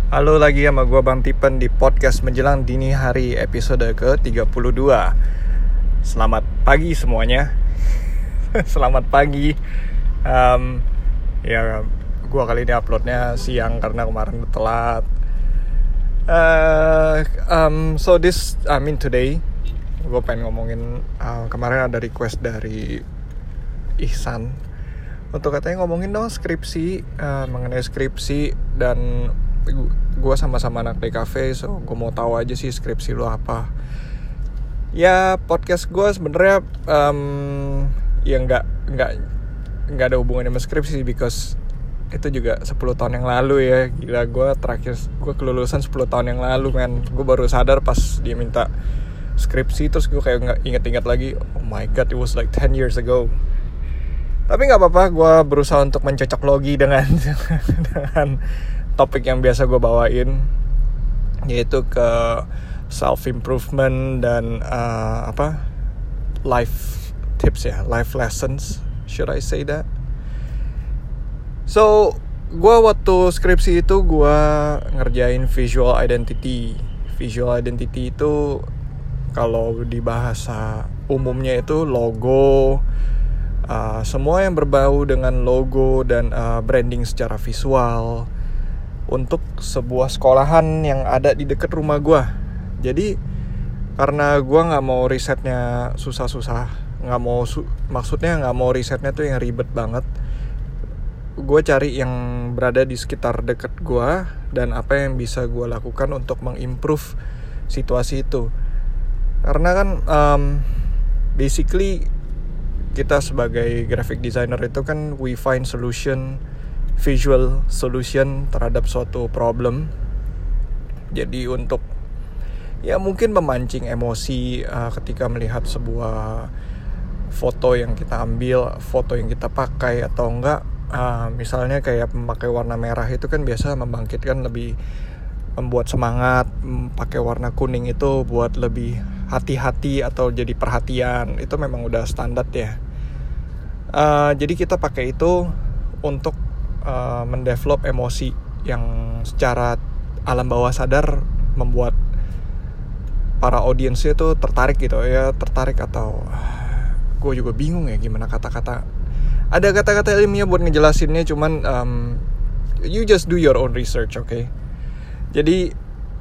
Halo lagi sama gue Bang Tipen di podcast menjelang dini hari episode ke-32. Selamat pagi semuanya. Selamat pagi. Ya gue kali ini uploadnya siang karena kemarin telat. Today gue pengen ngomongin kemarin ada request dari Ihsan untuk katanya ngomongin dong skripsi, mengenai skripsi. Dan gue sama-sama anak DKV, so gue mau tahu aja sih skripsi lo apa. Ya podcast gue sebenarnya ya nggak ada hubungannya sama skripsi, because itu juga 10 tahun yang lalu ya. Gila, gue kelulusan 10 tahun yang lalu, man. Gue baru sadar pas dia minta skripsi, terus gue kayak nggak inget-inget lagi. Oh my god, it was like 10 years ago. Tapi nggak apa-apa, gue berusaha untuk mencocok logi dengan dengan topik yang biasa gue bawain, yaitu ke self improvement dan life tips ya, life lessons, should I say that? So, gue waktu skripsi itu gue ngerjain visual identity. Visual identity itu kalau di bahasa umumnya itu logo, semua yang berbau dengan logo dan branding secara visual untuk sebuah sekolahan yang ada di dekat rumah gue. Jadi karena gue nggak mau risetnya susah-susah, maksudnya nggak mau risetnya tuh yang ribet banget, gue cari yang berada di sekitar dekat gue dan apa yang bisa gue lakukan untuk mengimprove situasi itu. Karena kan basically kita sebagai graphic designer itu kan we find visual solution terhadap suatu problem. Jadi untuk ya mungkin memancing emosi ketika melihat sebuah foto yang kita ambil, foto yang kita pakai atau enggak. Misalnya kayak memakai warna merah itu kan biasa membangkitkan, lebih membuat semangat. Pakai warna kuning itu buat lebih hati-hati atau jadi perhatian. Itu memang udah standar ya. Jadi kita pakai itu untuk mendevelop emosi yang secara alam bawah sadar membuat para audiensnya itu tertarik gitu ya, atau gue juga bingung ya gimana kata-kata. Ada kata-kata ilmiah buat ngejelasinnya, cuman you just do your own research, okay? Jadi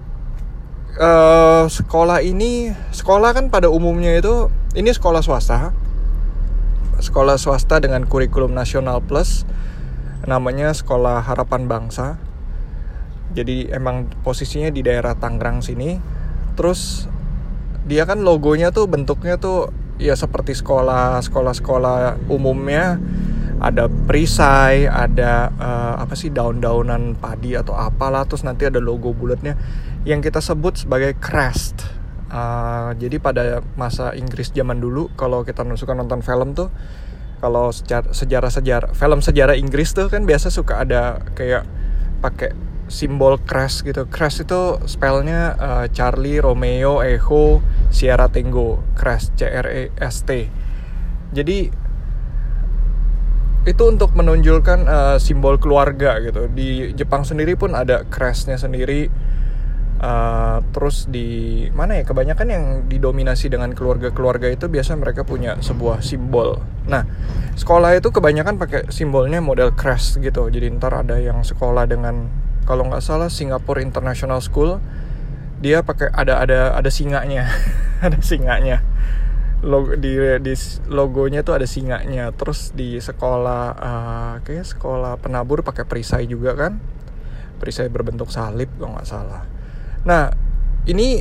sekolah kan pada umumnya itu ini sekolah swasta dengan kurikulum nasional plus, namanya Sekolah Harapan Bangsa. Jadi emang posisinya di daerah Tangerang sini. Terus dia kan logonya tuh bentuknya tuh ya seperti sekolah umumnya. Ada perisai, ada daun-daunan padi atau apalah, terus nanti ada logo bulatnya yang kita sebut sebagai crest. Jadi pada masa Inggris zaman dulu, kalau kita suka nonton film tuh, kalau film sejarah Inggris tuh kan biasa suka ada kayak pakai simbol crest gitu. Crest itu spellnya Charlie Romeo Echo Sierra Tango, crest, CREST. Jadi itu untuk menonjolkan simbol keluarga gitu. Di Jepang sendiri pun ada crestnya sendiri. Terus di mana ya, kebanyakan yang didominasi dengan keluarga itu biasa mereka punya sebuah simbol. Nah, sekolah itu kebanyakan pakai simbolnya model crest gitu. Jadi ntar ada yang sekolah dengan, kalau nggak salah Singapore International School, dia pakai ada singanya. Ada singanya. Di logonya tuh ada singanya. Terus di sekolah kayak sekolah penabur pakai perisai juga kan, perisai berbentuk salib kalau nggak salah. Nah ini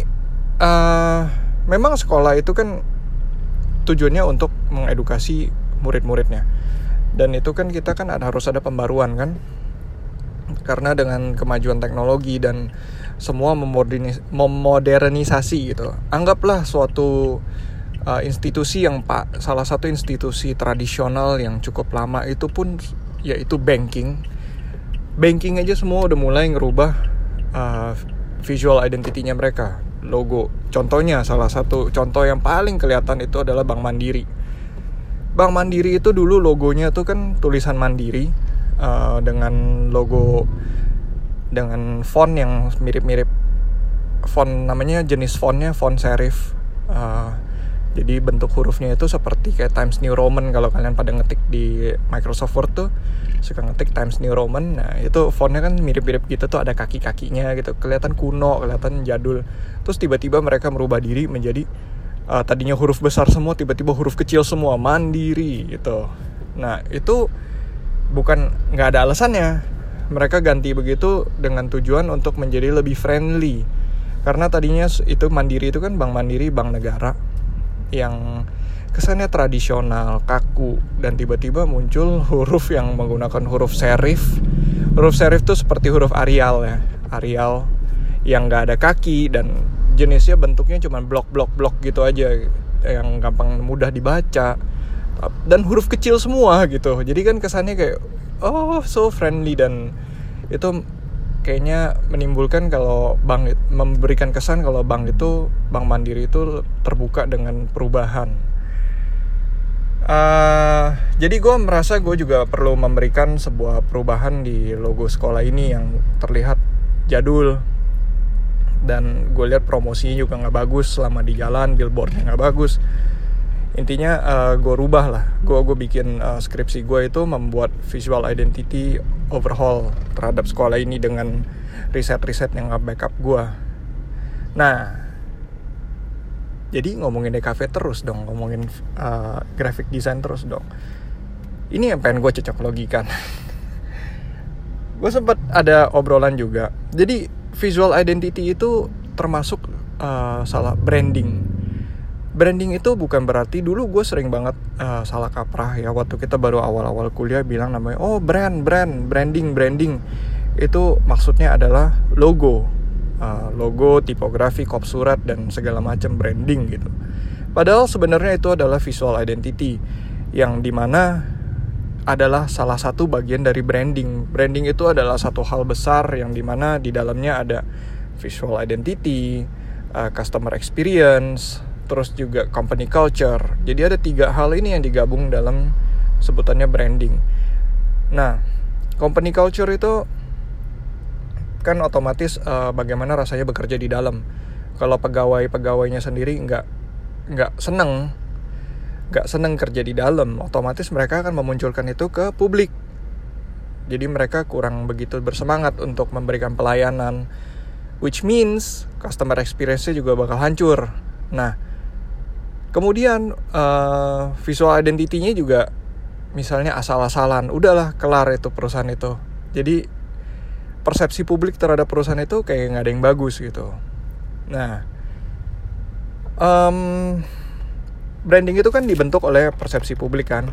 memang sekolah itu kan tujuannya untuk mengedukasi murid-muridnya, dan itu kan kita kan harus ada pembaruan kan, karena dengan kemajuan teknologi dan semua memodernisasi gitu. Anggaplah suatu institusi yang salah satu institusi tradisional yang cukup lama itu pun yaitu banking aja semua udah mulai ngerubah visual identity-nya mereka, logo. Contohnya, salah satu contoh yang paling kelihatan itu adalah Bank Mandiri. Bank Mandiri itu dulu logonya tuh kan tulisan Mandiri dengan logo dengan font yang mirip-mirip font, namanya jenis fontnya font serif. Jadi bentuk hurufnya itu seperti kayak Times New Roman. Kalau kalian pada ngetik di Microsoft Word tuh suka ngetik Times New Roman. Nah itu fontnya kan mirip-mirip gitu tuh, ada kaki-kakinya gitu, kelihatan kuno, kelihatan jadul. Terus tiba-tiba mereka merubah diri menjadi tadinya huruf besar semua, tiba-tiba huruf kecil semua, Mandiri gitu. Nah itu bukan, nggak ada alasannya. Mereka ganti begitu dengan tujuan untuk menjadi lebih friendly. Karena tadinya itu Mandiri itu kan Bank Mandiri, bank negara yang kesannya tradisional, kaku, dan tiba-tiba muncul huruf yang menggunakan huruf serif. Huruf serif tuh seperti huruf Arial ya, Arial yang nggak ada kaki dan jenisnya bentuknya cuma blok gitu aja, yang gampang mudah dibaca dan huruf kecil semua gitu. Jadi kan kesannya kayak so friendly, dan itu kayaknya menimbulkan kalau bank, memberikan kesan kalau bank Mandiri itu terbuka dengan perubahan. Jadi gue merasa gue juga perlu memberikan sebuah perubahan di logo sekolah ini yang terlihat jadul, dan gue lihat promosinya juga nggak bagus selama di jalan, billboardnya nggak bagus. Intinya gue rubah lah, gue bikin skripsi gue itu membuat visual identity overhaul terhadap sekolah ini dengan riset-riset yang nge-backup gue. Nah, jadi ngomongin DKV terus dong, ngomongin graphic design terus dong. Ini yang pengen gue cocok logikan. Gue sempat ada obrolan juga. Jadi visual identity itu termasuk salah branding. Branding itu bukan berarti, dulu gue sering banget salah kaprah ya, waktu kita baru awal-awal kuliah bilang namanya branding. Itu maksudnya adalah logo, tipografi, kop surat, dan segala macam branding gitu. Padahal sebenarnya itu adalah visual identity, yang dimana adalah salah satu bagian dari branding. Branding itu adalah satu hal besar yang dimana di dalamnya ada visual identity, customer experience, terus juga company culture. Jadi ada 3 hal ini yang digabung dalam sebutannya branding. Nah, company culture itu kan otomatis bagaimana rasanya bekerja di dalam. Kalau pegawainya sendiri nggak seneng kerja di dalam, otomatis mereka akan memunculkan itu ke publik. Jadi mereka kurang begitu bersemangat untuk memberikan pelayanan, which means customer experience-nya juga bakal hancur. Nah, kemudian visual identity-nya juga misalnya asal-asalan, udahlah kelar itu perusahaan itu. Jadi persepsi publik terhadap perusahaan itu kayak nggak ada yang bagus gitu. Nah, branding itu kan dibentuk oleh persepsi publik kan.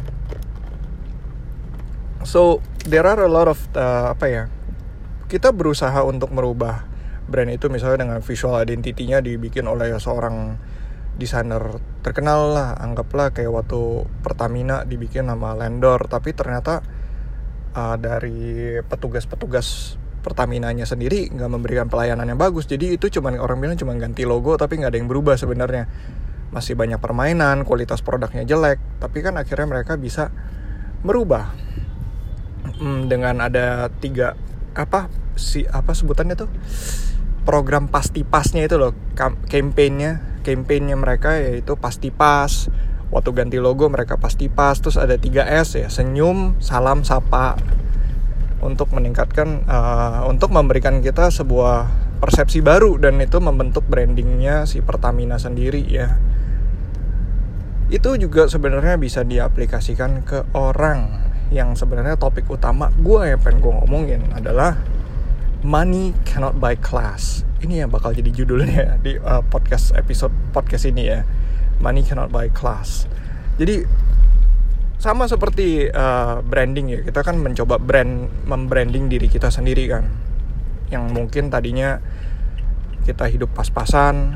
So there are a lot of kita berusaha untuk merubah brand itu, misalnya dengan visual identity-nya dibikin oleh seorang desainer terkenal lah, anggaplah kayak waktu Pertamina dibikin nama Landor, tapi ternyata dari petugas Pertaminanya sendiri nggak memberikan pelayanan yang bagus. Jadi itu orang bilang cuma ganti logo, tapi nggak ada yang berubah sebenarnya. Masih banyak permainan, kualitas produknya jelek, tapi kan akhirnya mereka bisa merubah dengan ada 3 sebutannya tuh, program pasti pasnya itu loh, campaignnya mereka yaitu pasti pas. Waktu ganti logo mereka pasti pas. Terus ada 3S ya, senyum, salam, sapa, untuk meningkatkan untuk memberikan kita sebuah persepsi baru, dan itu membentuk brandingnya si Pertamina sendiri ya. Itu juga sebenarnya bisa diaplikasikan ke orang yang sebenarnya topik utama gue yang pengen gue ngomongin adalah money cannot buy class. Ini yang bakal jadi judulnya di episode podcast ini ya, money cannot buy class. Jadi sama seperti branding ya, kita kan mencoba membranding diri kita sendiri kan, yang mungkin tadinya kita hidup pas-pasan,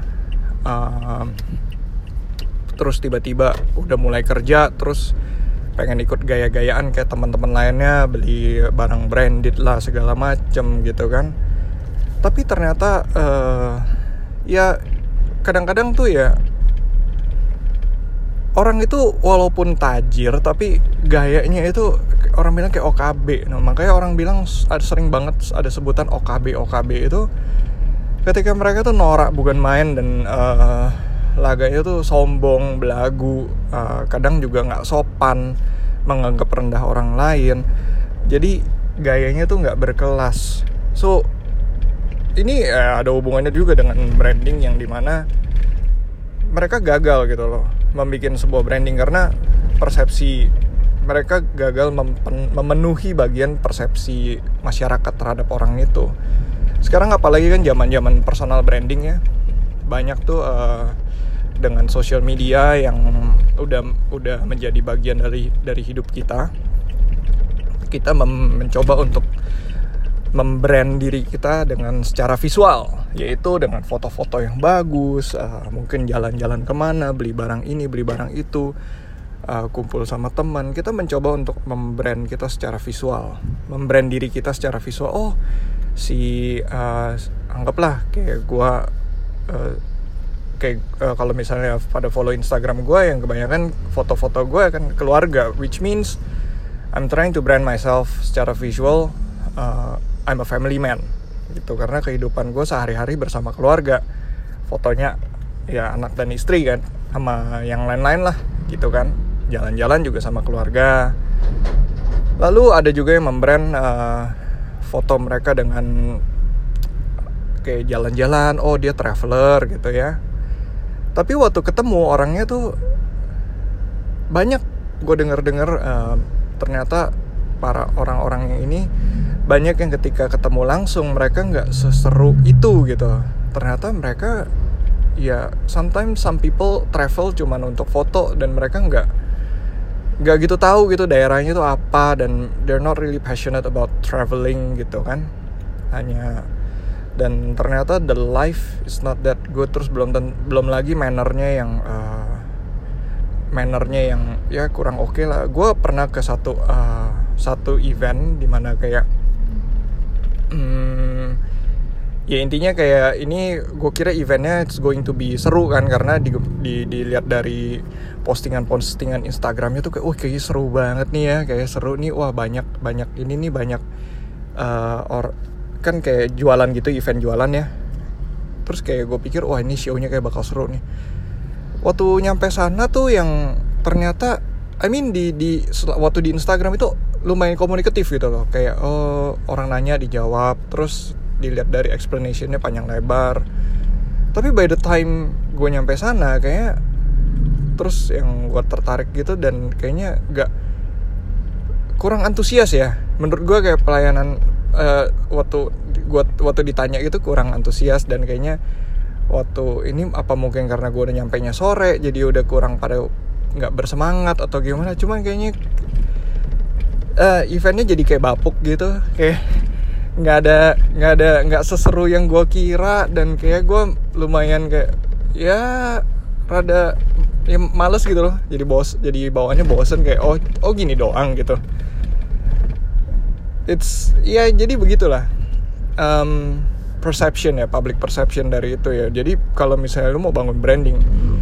terus tiba-tiba udah mulai kerja, terus pengen ikut gaya-gayaan kayak teman-teman lainnya, beli barang branded lah segala macem gitu kan. Tapi ternyata ya kadang-kadang tuh ya, orang itu walaupun tajir tapi gayanya itu orang bilang kayak OKB. Nah, makanya orang bilang sering banget ada sebutan OKB itu ketika mereka tuh norak bukan main, dan laganya tuh sombong, belagu, kadang juga nggak sopan, menganggap rendah orang lain. Jadi gayanya tuh nggak berkelas. So ini ada hubungannya juga dengan branding yang dimana mereka gagal gitu loh membuat sebuah branding karena persepsi mereka gagal memenuhi bagian persepsi masyarakat terhadap orang itu. Sekarang apalagi kan zaman personal branding ya, banyak tuh dengan social media yang udah menjadi bagian dari hidup kita. Kita mencoba untuk membrand diri kita dengan secara visual, yaitu dengan foto-foto yang bagus, mungkin jalan-jalan kemana, beli barang ini, beli barang itu, kumpul sama teman. Kita mencoba untuk membrand kita secara visual, membrand diri kita secara visual. Oh, anggaplah kayak gua kalau misalnya pada follow Instagram gue yang kebanyakan foto-foto gue kan keluarga, which means I'm trying to brand myself secara visual. I'm a family man gitu, karena kehidupan gue sehari-hari bersama keluarga, fotonya ya anak dan istri kan, sama yang lain-lain lah gitu kan, jalan-jalan juga sama keluarga. Lalu ada juga yang membrand foto mereka dengan kayak jalan-jalan, oh dia traveler gitu ya. Tapi waktu ketemu orangnya tuh banyak gue dengar ternyata para orang-orang yang ini banyak yang ketika ketemu langsung mereka nggak seseru itu gitu. Ternyata mereka ya sometimes some people travel cuman untuk foto, dan mereka nggak gitu tahu gitu daerahnya itu apa, dan they're not really passionate about traveling gitu kan. Dan ternyata the life is not that good. Terus belum lagi mannernya yang ya kurang oke lah. Gue pernah ke satu event dimana kayak ya intinya kayak ini gue kira eventnya it's going to be seru kan, karena dilihat dari postingan Instagramnya tuh kayak kayaknya seru banget nih ya, kayak seru nih, wah banyak ini nih, banyak kan kayak jualan gitu, event jualan ya. Terus kayak gue pikir wah ini show-nya kayak bakal seru nih. Waktu nyampe sana tuh yang ternyata waktu di Instagram itu lumayan komunikatif gitu loh, kayak orang nanya dijawab, terus dilihat dari explanationnya panjang lebar. Tapi by the time gue nyampe sana kayak terus yang gue tertarik gitu, dan kayaknya kurang antusias ya menurut gue, kayak pelayanan waktu ditanya gitu kurang antusias. Dan kayaknya waktu ini apa mungkin karena gue udah nyampenya sore jadi udah kurang pada nggak bersemangat atau gimana, cuman kayaknya eventnya jadi kayak bapuk gitu, kayak nggak seseru yang gue kira. Dan kayak gue lumayan kayak ya rada ya males gitu loh, jadi bawaannya bosen, kayak oh gini doang gitu. Jadi begitulah perception ya, public perception dari itu ya. Jadi kalau misalnya lu mau bangun branding,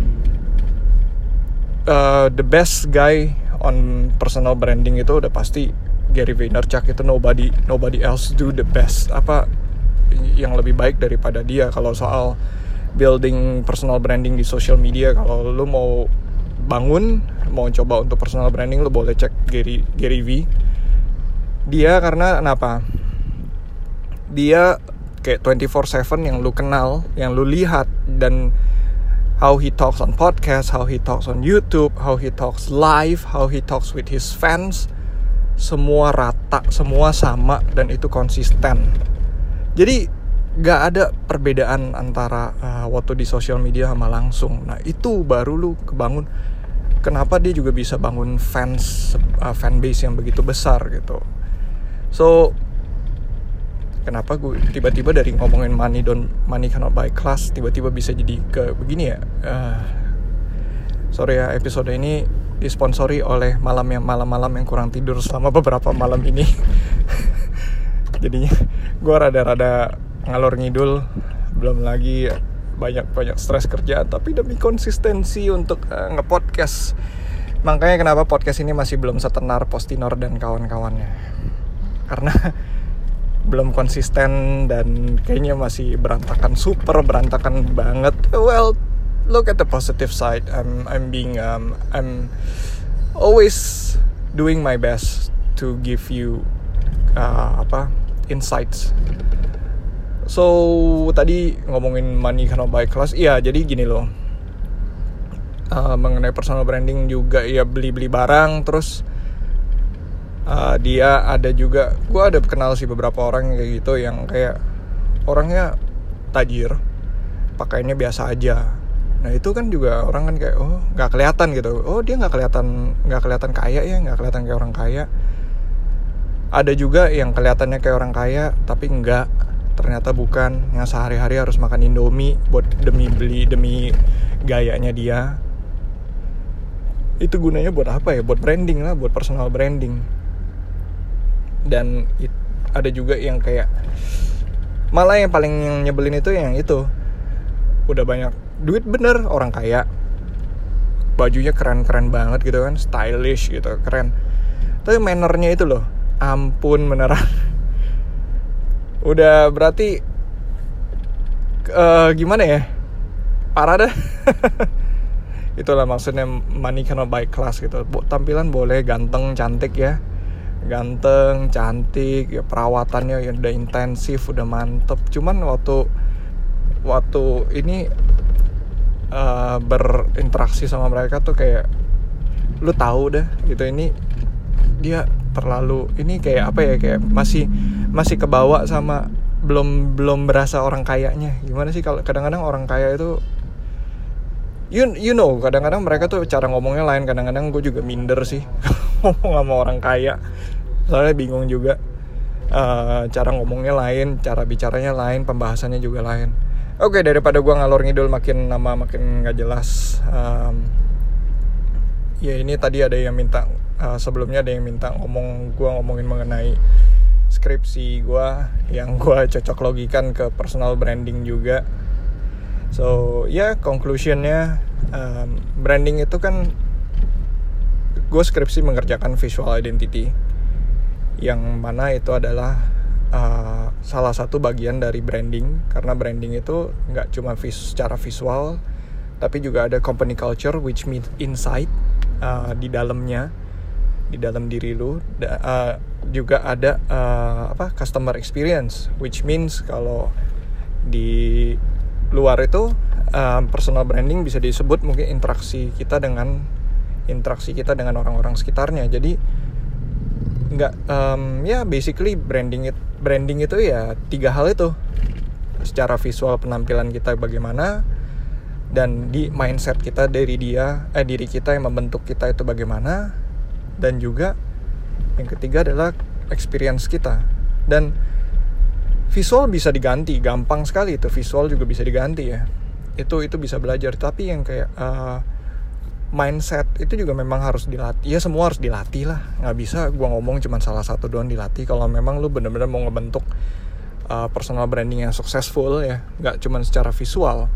the best guy on personal branding itu udah pasti Gary Vaynerchuk. Itu nobody else do the best yang lebih baik daripada dia. Kalau soal building personal branding di social media, kalau lu mau coba untuk personal branding, lu boleh cek Gary V. Dia karena kenapa? Dia kayak 24/7 yang lu kenal, yang lu lihat, dan how he talks on podcast, how he talks on YouTube, how he talks live, how he talks with his fans, semua rata, semua sama, dan itu konsisten. Jadi gak ada perbedaan antara waktu di social media sama langsung. Nah itu baru lu kebangun. Kenapa dia juga bisa bangun fanbase yang begitu besar gitu. So kenapa gue tiba-tiba dari ngomongin money cannot buy class tiba-tiba bisa jadi ke begini ya. Sorry ya, episode ini disponsori oleh malam-malam yang kurang tidur selama beberapa malam ini. Jadinya gue rada-rada ngalor ngidul, belum lagi banyak stres kerjaan, tapi demi konsistensi untuk nge-podcast Makanya kenapa podcast ini masih belum setenar Postinor dan kawan-kawannya, karena belum konsisten dan kayaknya masih berantakan, super berantakan banget. Well, look at the positive side. I'm always doing my best to give you insights. So tadi ngomongin money cannot buy class. Iya, jadi gini loh. Mengenai personal branding juga ya, beli barang, terus dia ada juga, gue ada kenal sih beberapa orang kayak gitu yang kayak orangnya tajir, pakainya biasa aja. Nah itu kan juga orang kan kayak nggak kelihatan gitu, dia nggak kelihatan kaya ya, nggak kelihatan kayak orang kaya. Ada juga yang kelihatannya kayak orang kaya tapi enggak, ternyata bukan, yang sehari-hari harus makan Indomie buat demi gayanya dia. Itu gunanya buat apa ya? Buat branding lah, buat personal branding. Dan ada juga yang kayak, malah yang paling nyebelin itu yang itu, udah banyak duit bener, orang kaya, bajunya keren-keren banget gitu kan, stylish gitu, keren, tapi mannernya itu loh, ampun beneran. Udah berarti gimana ya, parah dah. Itulah maksudnya money cannot buy class gitu. Tampilan boleh ganteng, cantik ya, ganteng, cantik ya, perawatannya ya udah intensif, udah mantep. Cuman waktu ini berinteraksi sama mereka tuh kayak, lu tahu dah gitu, ini dia terlalu, ini kayak apa ya, kayak masih kebawa sama belum berasa orang kayanya. Gimana sih, kalau kadang-kadang orang kaya itu you know, kadang-kadang mereka tuh cara ngomongnya lain. Kadang-kadang gue juga minder sih ngomong sama orang kaya, soalnya bingung juga. Cara ngomongnya lain, cara bicaranya lain, pembahasannya juga lain. Oke, daripada gue ngalor ngidul makin lama makin gak jelas. Ya ini tadi ada yang minta, sebelumnya ada yang minta ngomongin mengenai skripsi gue, yang gue cocok logikan ke personal branding juga. So conclusionnya, branding itu kan, gue skripsi mengerjakan visual identity, yang mana itu adalah salah satu bagian dari branding. Karena branding itu nggak cuma secara visual, tapi juga ada company culture, which means inside, di dalamnya, di dalam diri lu. Juga ada customer experience, which means kalau di luar itu personal branding bisa disebut mungkin interaksi kita dengan orang-orang sekitarnya. Jadi nggak basically branding itu ya 3 hal itu. Secara visual penampilan kita bagaimana, dan di mindset kita dari diri kita yang membentuk kita itu bagaimana, dan juga yang ketiga adalah experience kita. Dan visual bisa diganti, gampang sekali itu, visual juga bisa diganti ya. Itu bisa belajar, tapi yang kayak mindset itu juga memang harus dilatih. Ya semua harus dilatih lah, nggak bisa gua ngomong cuma salah satu doang dilatih. Kalau memang lu benar-benar mau ngebentuk personal branding yang successful ya, nggak cuma secara visual.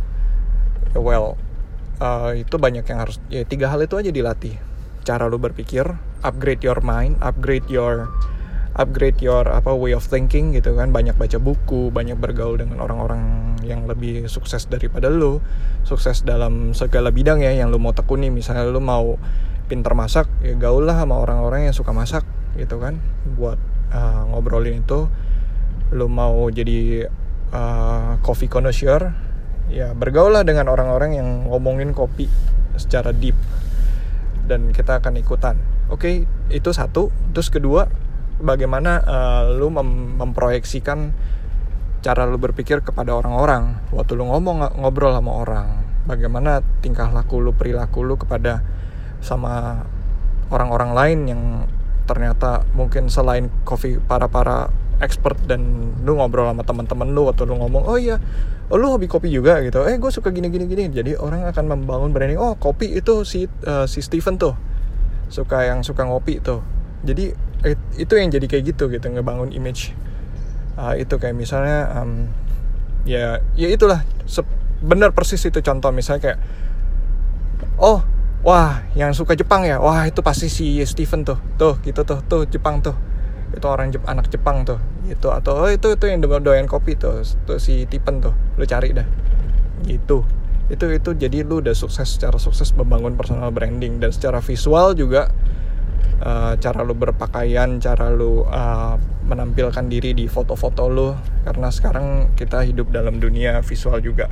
Itu banyak yang harus, ya 3 hal itu aja dilatih. Cara lu berpikir, upgrade your mind, upgrade your way of thinking gitu kan. Banyak baca buku, banyak bergaul dengan orang-orang yang lebih sukses daripada lu, sukses dalam segala bidang ya yang lu mau tekuni. Misalnya lu mau pintar masak, ya gaul lah sama orang-orang yang suka masak gitu kan, buat ngobrolin itu. Lu mau jadi coffee connoisseur, ya bergaul lah dengan orang-orang yang ngomongin kopi secara deep, dan kita akan ikutan. Oke, itu satu. Terus kedua, bagaimana lu memproyeksikan cara lu berpikir kepada orang-orang waktu lu ngobrol sama orang. Bagaimana tingkah laku lu, perilaku lu kepada sama orang-orang lain yang ternyata mungkin selain para expert, dan lu ngobrol sama teman-teman lu waktu lu ngomong, lu hobi kopi juga gitu, gue suka gini. Jadi orang akan membangun branding, kopi itu si Steven tuh suka ngopi tuh. Jadi itu yang jadi kayak gitu ngebangun image. Itu kayak misalnya ya itulah benar persis itu contoh. Misalnya kayak wah yang suka Jepang ya, wah itu pasti si Steven tuh gitu tuh Jepang tuh, itu orang anak Jepang tuh gitu. Atau itu yang doyan kopi tuh si Tipen tuh, lu cari dah gitu. Itu jadi lu udah secara sukses membangun personal branding. Dan secara visual juga, cara lu berpakaian, cara lu menampilkan diri di foto-foto lu, karena sekarang kita hidup dalam dunia visual juga.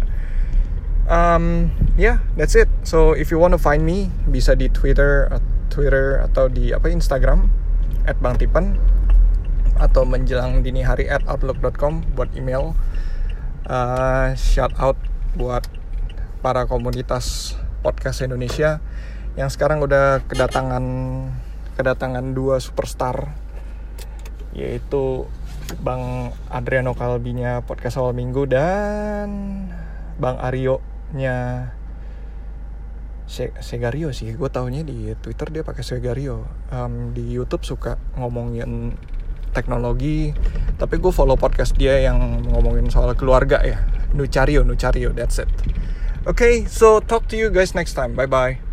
Yeah, that's it. So if you want to find me, bisa di Twitter atau di Instagram @bangtipen, atau menjelang dini hari @outlook.com buat email. Shout out buat para komunitas podcast Indonesia yang sekarang udah kedatangan 2 superstar, yaitu Bang Adriano Kalbinya Podcast Awal Minggu dan Bang Aryo nya Segario sih, gue taunya di Twitter dia pakai Segario. Di YouTube suka ngomongin teknologi, tapi gue follow podcast dia yang ngomongin soal keluarga ya, Nuchario, that's it. Okay, so talk to you guys next time. Bye bye.